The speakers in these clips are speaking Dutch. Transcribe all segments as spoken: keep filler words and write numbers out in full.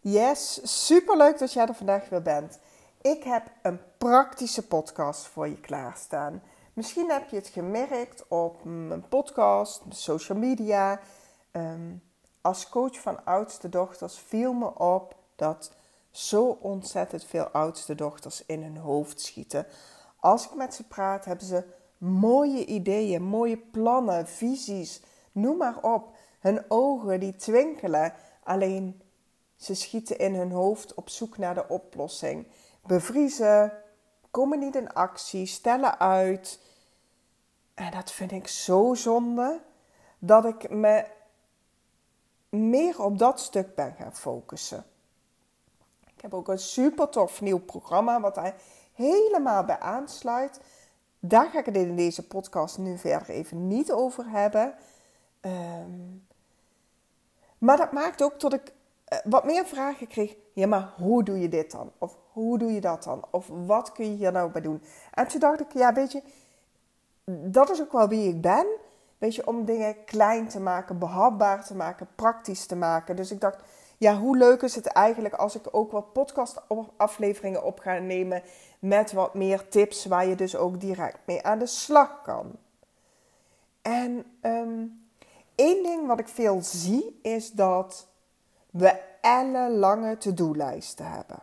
Yes, superleuk dat jij er vandaag weer bent. Ik heb een praktische podcast voor je klaarstaan. Misschien heb je het gemerkt op mijn podcast, social media. Um, als coach van oudste dochters viel me op dat zo ontzettend veel oudste dochters in hun hoofd schieten. Als ik met ze praat, hebben ze mooie ideeën, mooie plannen, visies, noem maar op. Hun ogen die twinkelen, alleen ze schieten in hun hoofd op zoek naar de oplossing. Bevriezen, komen niet in actie, stellen uit. En dat vind ik zo zonde, dat ik me meer op dat stuk ben gaan focussen. Ik heb ook een super tof nieuw programma wat daar helemaal bij aansluit. Daar ga ik het in deze podcast nu verder even niet over hebben. Um, maar dat maakt ook dat ik uh, wat meer vragen kreeg. Ja, maar hoe doe je dit dan? Of hoe doe je dat dan? Of wat kun je hier nou bij doen? En toen dacht ik, ja, weet je, dat is ook wel wie ik ben. Weet je, om dingen klein te maken, behapbaar te maken, praktisch te maken. Dus ik dacht, ja, hoe leuk is het eigenlijk als ik ook wat podcastafleveringen op ga nemen met wat meer tips waar je dus ook direct mee aan de slag kan. En um, één ding wat ik veel zie is dat we ellenlange to-do-lijsten hebben.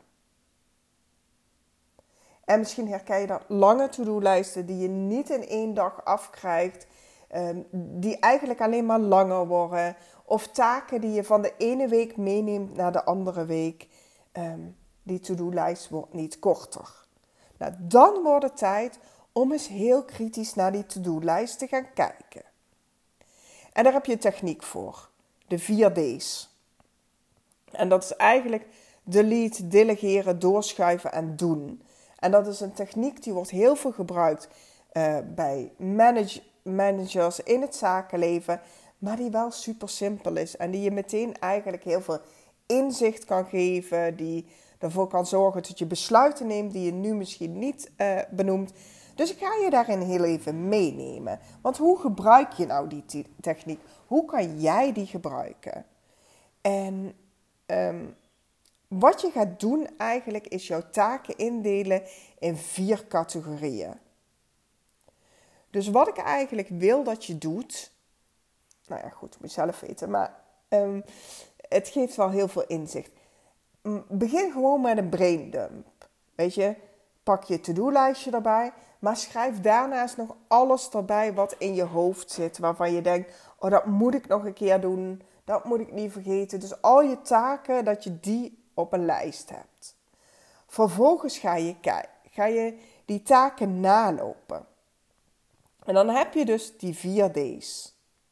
En misschien herken je dat, lange to-do-lijsten die je niet in één dag afkrijgt, um, die eigenlijk alleen maar langer worden. Of taken die je van de ene week meeneemt naar de andere week. Um, die to-do-lijst wordt niet korter. Nou, dan wordt het tijd om eens heel kritisch naar die to-do-lijst te gaan kijken. En daar heb je een techniek voor. De vier D's. En dat is eigenlijk delete, delegeren, doorschuiven en doen. En dat is een techniek die wordt heel veel gebruikt uh, bij manage, managers in het zakenleven. Maar die wel super simpel is. En die je meteen eigenlijk heel veel inzicht kan geven. Die ervoor kan zorgen dat je besluiten neemt die je nu misschien niet uh, benoemt. Dus ik ga je daarin heel even meenemen. Want hoe gebruik je nou die t- techniek? Hoe kan jij die gebruiken? En um, wat je gaat doen eigenlijk is jouw taken indelen in vier categorieën. Dus wat ik eigenlijk wil dat je doet. Nou ja, goed, moet je zelf weten. Maar um, het geeft wel heel veel inzicht. Begin gewoon met een braindump. Weet je, pak je to-do-lijstje erbij. Maar schrijf daarnaast nog alles erbij wat in je hoofd zit. Waarvan je denkt, oh, dat moet ik nog een keer doen. Dat moet ik niet vergeten. Dus al je taken, dat je die op een lijst hebt. Vervolgens ga je, ga je die taken nalopen. En dan heb je dus die vier D's.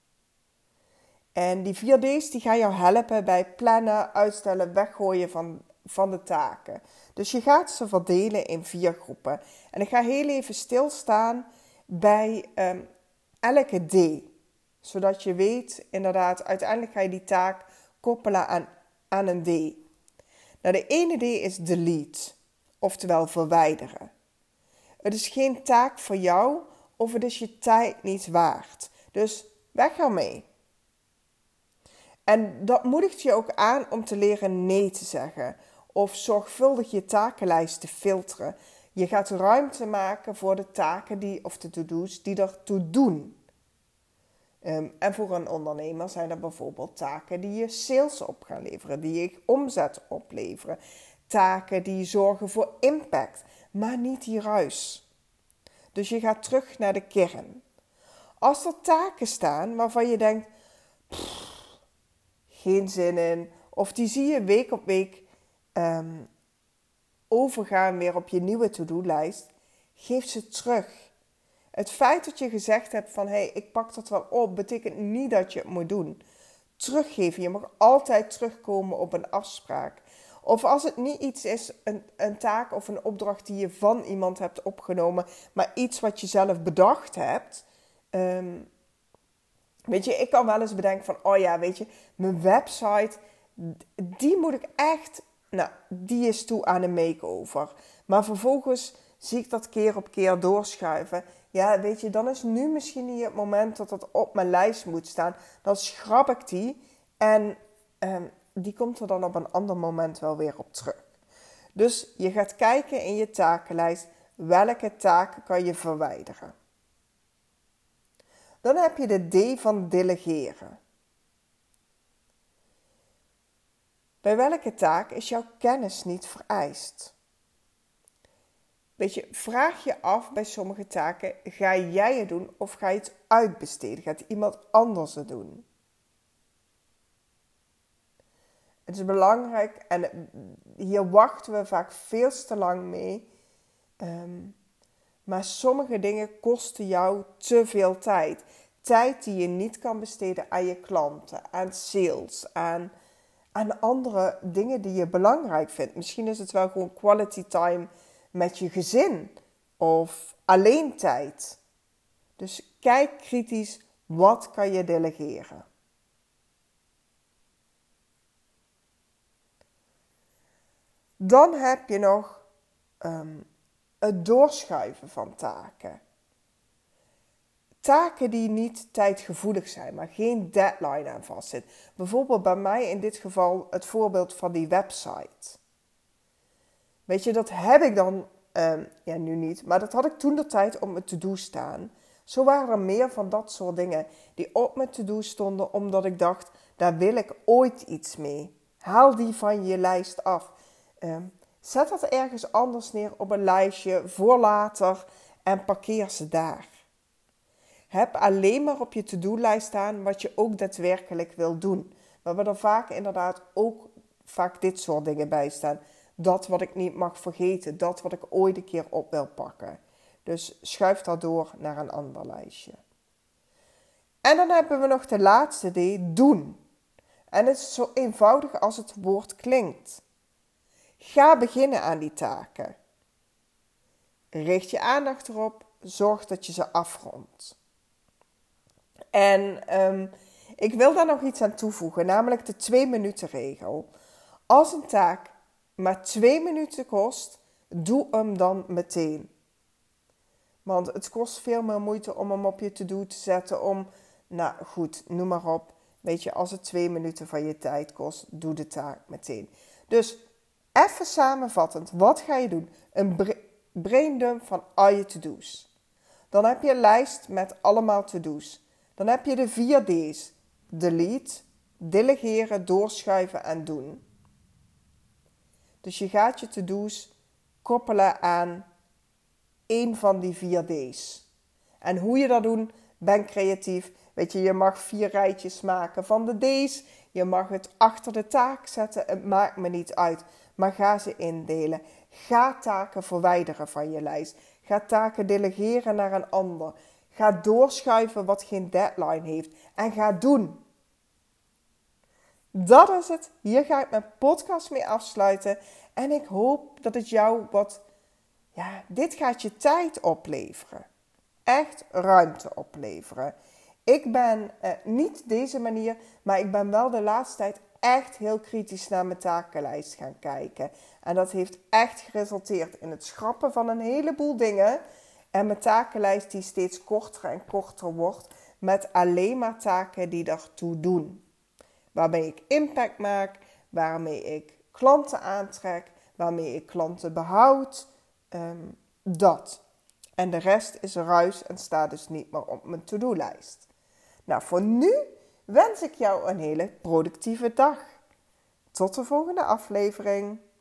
En die vier D's die gaan jou helpen bij plannen, uitstellen, weggooien van, van de taken. Dus je gaat ze verdelen in vier groepen. En ik ga heel even stilstaan bij um, elke D. Zodat je weet, inderdaad, uiteindelijk ga je die taak koppelen aan, aan een D. Nou, de ene D is delete, oftewel verwijderen. Het is geen taak voor jou of het is je tijd niet waard. Dus weg ermee. En dat moedigt je ook aan om te leren nee te zeggen. Of zorgvuldig je takenlijst te filteren. Je gaat ruimte maken voor de taken die, of de to-do's die ertoe doen. Um, en voor een ondernemer zijn er bijvoorbeeld taken die je sales op gaan leveren. Die je omzet opleveren. Taken die zorgen voor impact. Maar niet die ruis. Dus je gaat terug naar de kern. Als er taken staan waarvan je denkt, pff, geen zin in. Of die zie je week op week um, overgaan weer op je nieuwe to-do-lijst. Geef ze terug. Het feit dat je gezegd hebt van, hé, hey, ik pak dat wel op, betekent niet dat je het moet doen. Teruggeven. Je mag altijd terugkomen op een afspraak. Of als het niet iets is, een, een taak of een opdracht die je van iemand hebt opgenomen, maar iets wat je zelf bedacht hebt. Um, weet je, ik kan wel eens bedenken van, oh ja, weet je, mijn website, die moet ik echt, nou, die is toe aan een makeover. Maar vervolgens zie ik dat keer op keer doorschuiven. Ja, weet je, dan is nu misschien niet het moment dat dat op mijn lijst moet staan. Dan schrap ik die en um, die komt er dan op een ander moment wel weer op terug. Dus je gaat kijken in je takenlijst, welke taken kan je verwijderen. Dan heb je de D van delegeren. Bij welke taak is jouw kennis niet vereist? Weet je, vraag je af bij sommige taken, ga jij het doen of ga je het uitbesteden? Gaat iemand anders het doen? Het is belangrijk en hier wachten we vaak veel te lang mee. Um, maar sommige dingen kosten jou te veel tijd. Tijd die je niet kan besteden aan je klanten, aan sales, aan, aan andere dingen die je belangrijk vindt. Misschien is het wel gewoon quality time met je gezin of alleen tijd. Dus kijk kritisch, wat kan je delegeren? Dan heb je nog um, het doorschuiven van taken. Taken die niet tijdgevoelig zijn, maar geen deadline aan vastzit. Bijvoorbeeld bij mij in dit geval het voorbeeld van die website. Weet je, dat heb ik dan, um, ja nu niet, maar dat had ik toen de tijd op mijn to-do staan. Zo waren er meer van dat soort dingen die op mijn to-do stonden, omdat ik dacht, daar wil ik ooit iets mee. Haal die van je lijst af. Um, zet dat ergens anders neer op een lijstje voor later en parkeer ze daar. Heb alleen maar op je to-do-lijst staan wat je ook daadwerkelijk wil doen. Maar we er vaak inderdaad ook vaak dit soort dingen bij staan. Dat wat ik niet mag vergeten, dat wat ik ooit een keer op wil pakken. Dus schuif dat door naar een ander lijstje. En dan hebben we nog de laatste D, doen. En het is zo eenvoudig als het woord klinkt. Ga beginnen aan die taken. Richt je aandacht erop, zorg dat je ze afrondt. En um, ik wil daar nog iets aan toevoegen, namelijk de twee minuten regel. Als een taak maar twee minuten kost, doe hem dan meteen. Want het kost veel meer moeite om hem op je to-do te zetten, om, nou goed, noem maar op. Weet je, als het twee minuten van je tijd kost, doe de taak meteen. Dus even samenvattend, wat ga je doen? Een braindump van al je to-do's. Dan heb je een lijst met allemaal to-do's. Dan heb je de vier D's. Delete, delegeren, doorschuiven en doen. Dus je gaat je to-do's koppelen aan één van die vier D's. En hoe je dat doet, ben creatief. Weet je, je mag vier rijtjes maken van de D's. Je mag het achter de taak zetten. Het maakt me niet uit. Maar ga ze indelen. Ga taken verwijderen van je lijst. Ga taken delegeren naar een ander. Ga doorschuiven wat geen deadline heeft. En ga doen. Dat is het. Hier ga ik mijn podcast mee afsluiten. En ik hoop dat het jou wat... Ja, dit gaat je tijd opleveren. Echt ruimte opleveren. Ik ben eh, niet deze manier, maar ik ben wel de laatste tijd echt heel kritisch naar mijn takenlijst gaan kijken. En dat heeft echt geresulteerd in het schrappen van een heleboel dingen. En mijn takenlijst die steeds korter en korter wordt. Met alleen maar taken die daartoe doen. Waarmee ik impact maak. Waarmee ik klanten aantrek. Waarmee ik klanten behoud. Um, dat. En de rest is ruis en staat dus niet meer op mijn to-do-lijst. Nou, voor nu wens ik jou een hele productieve dag. Tot de volgende aflevering.